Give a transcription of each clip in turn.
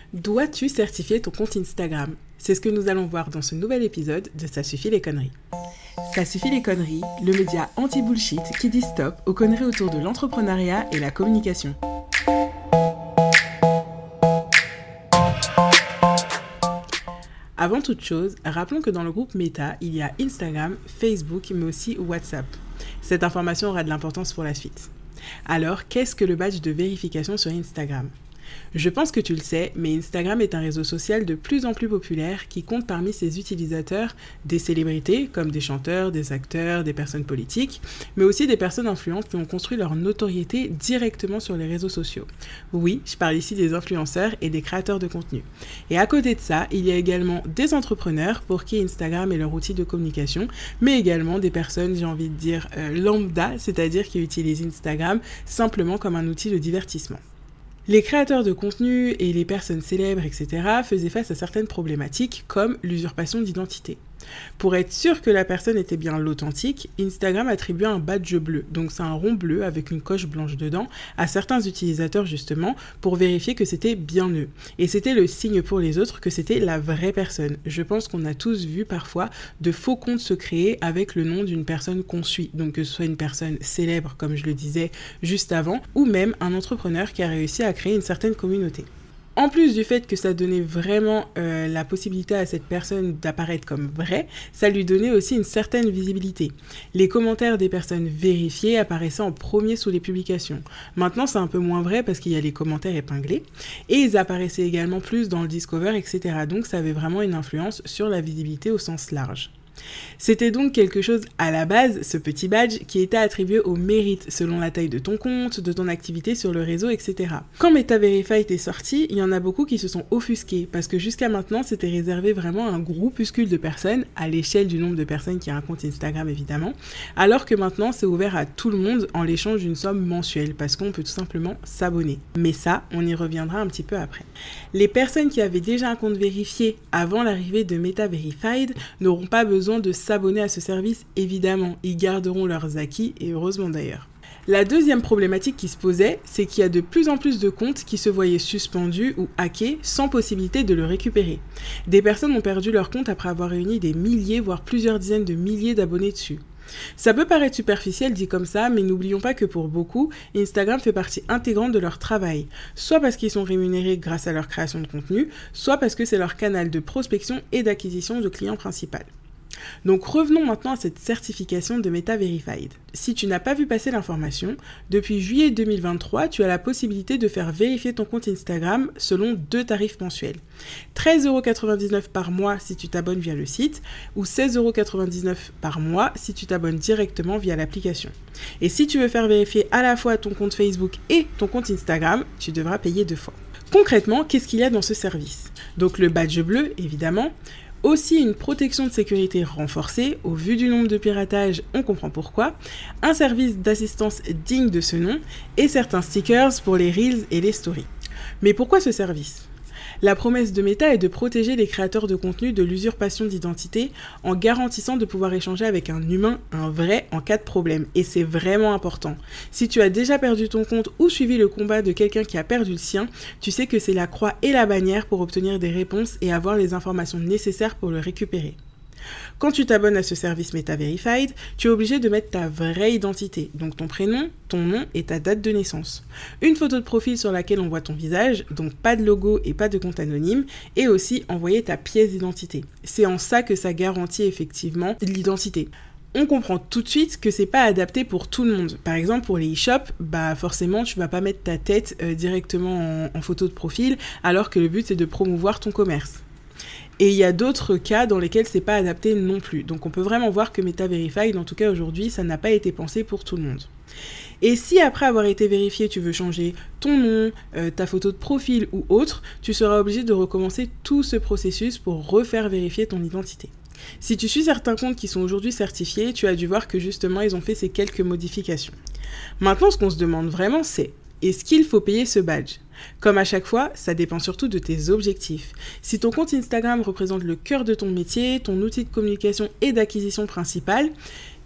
Dois-tu certifier ton compte Instagram? C'est ce que nous allons voir dans ce nouvel épisode de Ça suffit les conneries. Ça suffit les conneries, le média anti-bullshit qui dit stop aux conneries autour de l'entrepreneuriat et la communication. Avant toute chose, rappelons que dans le groupe Meta, il y a Instagram, Facebook, mais aussi WhatsApp. Cette information aura de l'importance pour la suite. Alors, qu'est-ce que le badge de vérification sur Instagram ? Je pense que tu le sais, mais Instagram est un réseau social de plus en plus populaire qui compte parmi ses utilisateurs des célébrités, comme des chanteurs, des acteurs, des personnes politiques, mais aussi des personnes influentes qui ont construit leur notoriété directement sur les réseaux sociaux. Oui, je parle ici des influenceurs et des créateurs de contenu. Et à côté de ça, il y a également des entrepreneurs pour qui Instagram est leur outil de communication, mais également des personnes, j'ai envie de dire, lambda, c'est-à-dire qui utilisent Instagram simplement comme un outil de divertissement. Les créateurs de contenu et les personnes célèbres, etc. faisaient face à certaines problématiques comme l'usurpation d'identité. Pour être sûr que la personne était bien l'authentique, Instagram attribuait un badge bleu, donc c'est un rond bleu avec une coche blanche dedans, à certains utilisateurs justement pour vérifier que c'était bien eux. Et c'était le signe pour les autres que c'était la vraie personne. Je pense qu'on a tous vu parfois de faux comptes se créer avec le nom d'une personne qu'on suit, donc que ce soit une personne célèbre comme je le disais juste avant, ou même un entrepreneur qui a réussi à créer une certaine communauté. En plus du fait que ça donnait vraiment la possibilité à cette personne d'apparaître comme vraie, ça lui donnait aussi une certaine visibilité. Les commentaires des personnes vérifiées apparaissaient en premier sous les publications. Maintenant, c'est un peu moins vrai parce qu'il y a les commentaires épinglés. Et ils apparaissaient également plus dans le Discover, etc. Donc ça avait vraiment une influence sur la visibilité au sens large. C'était donc quelque chose à la base, ce petit badge, qui était attribué au mérite selon la taille de ton compte, de ton activité sur le réseau, etc. Quand Meta Verified est sorti, il y en a beaucoup qui se sont offusqués parce que jusqu'à maintenant, c'était réservé vraiment à un groupuscule de personnes, à l'échelle du nombre de personnes qui a un compte Instagram évidemment, alors que maintenant, c'est ouvert à tout le monde en l'échange d'une somme mensuelle parce qu'on peut tout simplement s'abonner. Mais ça, on y reviendra un petit peu après. Les personnes qui avaient déjà un compte vérifié avant l'arrivée de Meta Verified n'auront pas besoin de s'abonner à ce service, évidemment. Ils garderont leurs acquis, et heureusement d'ailleurs. La deuxième problématique qui se posait, c'est qu'il y a de plus en plus de comptes qui se voyaient suspendus ou hackés sans possibilité de le récupérer. Des personnes ont perdu leur compte après avoir réuni des milliers, voire plusieurs dizaines de milliers d'abonnés dessus. Ça peut paraître superficiel dit comme ça, mais n'oublions pas que pour beaucoup, Instagram fait partie intégrante de leur travail, soit parce qu'ils sont rémunérés grâce à leur création de contenu, soit parce que c'est leur canal de prospection et d'acquisition de clients principal. Donc revenons maintenant à cette certification de Meta Verified. Si tu n'as pas vu passer l'information, depuis juillet 2023, tu as la possibilité de faire vérifier ton compte Instagram selon 2 tarifs mensuels. 13,99€ par mois si tu t'abonnes via le site ou 16,99€ par mois si tu t'abonnes directement via l'application. Et si tu veux faire vérifier à la fois ton compte Facebook et ton compte Instagram, tu devras payer 2 fois. Concrètement, qu'est-ce qu'il y a dans ce service ? Donc le badge bleu, évidemment. Aussi une protection de sécurité renforcée, au vu du nombre de piratages, on comprend pourquoi, un service d'assistance digne de ce nom, et certains stickers pour les Reels et les Stories. Mais pourquoi ce service ? La promesse de Meta est de protéger les créateurs de contenu de l'usurpation d'identité en garantissant de pouvoir échanger avec un humain, un vrai, en cas de problème. Et c'est vraiment important. Si tu as déjà perdu ton compte ou suivi le combat de quelqu'un qui a perdu le sien, tu sais que c'est la croix et la bannière pour obtenir des réponses et avoir les informations nécessaires pour le récupérer. Quand tu t'abonnes à ce service Meta Verified, tu es obligé de mettre ta vraie identité, donc ton prénom, ton nom et ta date de naissance. Une photo de profil sur laquelle on voit ton visage, donc pas de logo et pas de compte anonyme, et aussi envoyer ta pièce d'identité. C'est en ça que ça garantit effectivement l'identité. On comprend tout de suite que c'est pas adapté pour tout le monde. Par exemple, pour les e-shops, forcément, tu vas pas mettre ta tête directement en photo de profil, alors que le but c'est de promouvoir ton commerce. Et il y a d'autres cas dans lesquels c'est pas adapté non plus. Donc on peut vraiment voir que Meta Verified, en tout cas aujourd'hui, ça n'a pas été pensé pour tout le monde. Et si après avoir été vérifié, tu veux changer ton nom, ta photo de profil ou autre, tu seras obligé de recommencer tout ce processus pour refaire vérifier ton identité. Si tu suis certains comptes qui sont aujourd'hui certifiés, tu as dû voir que justement ils ont fait ces quelques modifications. Maintenant, ce qu'on se demande vraiment, c'est est-ce qu'il faut payer ce badge ? Comme à chaque fois, ça dépend surtout de tes objectifs. Si ton compte Instagram représente le cœur de ton métier, ton outil de communication et d'acquisition principal,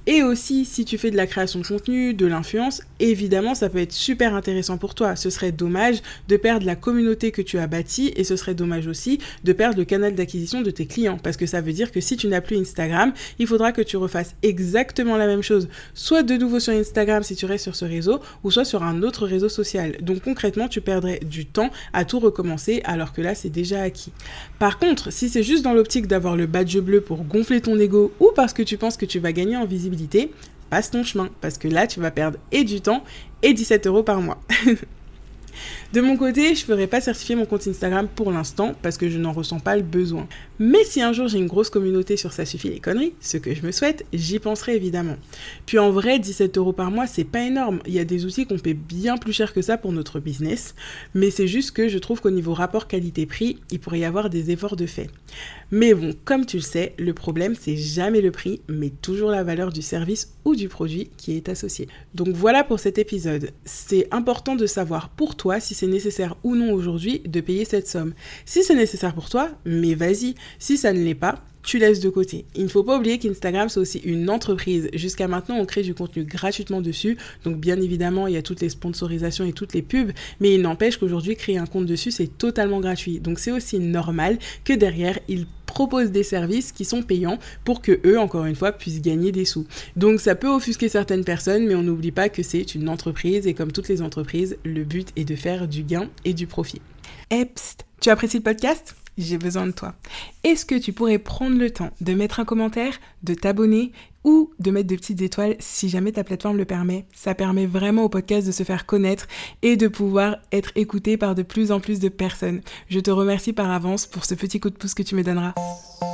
Et aussi, si tu fais de la création de contenu, de l'influence, évidemment, ça peut être super intéressant pour toi. Ce serait dommage de perdre la communauté que tu as bâtie et ce serait dommage aussi de perdre le canal d'acquisition de tes clients parce que ça veut dire que si tu n'as plus Instagram, il faudra que tu refasses exactement la même chose, soit de nouveau sur Instagram si tu restes sur ce réseau ou soit sur un autre réseau social. Donc concrètement, tu perdrais du temps à tout recommencer alors que là, c'est déjà acquis. Par contre, si c'est juste dans l'optique d'avoir le badge bleu pour gonfler ton ego ou parce que tu penses que tu vas gagner en visibilité, passe ton chemin, parce que là, tu vas perdre et du temps et 17 € par mois. De mon côté, je ne ferai pas certifier mon compte Instagram pour l'instant parce que je n'en ressens pas le besoin. Mais si un jour j'ai une grosse communauté sur Ça suffit les conneries, ce que je me souhaite, j'y penserai évidemment. Puis en vrai, 17 € par mois, c'est pas énorme. Il y a des outils qu'on paie bien plus cher que ça pour notre business. Mais c'est juste que je trouve qu'au niveau rapport qualité-prix, il pourrait y avoir des efforts de fait. Mais bon, comme tu le sais, le problème, c'est jamais le prix, mais toujours la valeur du service ou du produit qui est associé. Donc voilà pour cet épisode. C'est important de savoir pour toi si c'est nécessaire ou non aujourd'hui de payer cette somme. Si c'est nécessaire pour toi, mais vas-y. Si ça ne l'est pas, tu laisses de côté. Il ne faut pas oublier qu'Instagram, c'est aussi une entreprise. Jusqu'à maintenant, on crée du contenu gratuitement dessus. Donc, bien évidemment, il y a toutes les sponsorisations et toutes les pubs. Mais il n'empêche qu'aujourd'hui, créer un compte dessus, c'est totalement gratuit. Donc, c'est aussi normal que derrière, ils proposent des services qui sont payants pour que eux, encore une fois, puissent gagner des sous. Donc, ça peut offusquer certaines personnes, mais on n'oublie pas que c'est une entreprise. Et comme toutes les entreprises, le but est de faire du gain et du profit. Psst, tu apprécies le podcast ? J'ai besoin de toi. Est-ce que tu pourrais prendre le temps de mettre un commentaire, de t'abonner ou de mettre des petites étoiles si jamais ta plateforme le permet? Ça permet vraiment au podcast de se faire connaître et de pouvoir être écouté par de plus en plus de personnes. Je te remercie par avance pour ce petit coup de pouce que tu me donneras.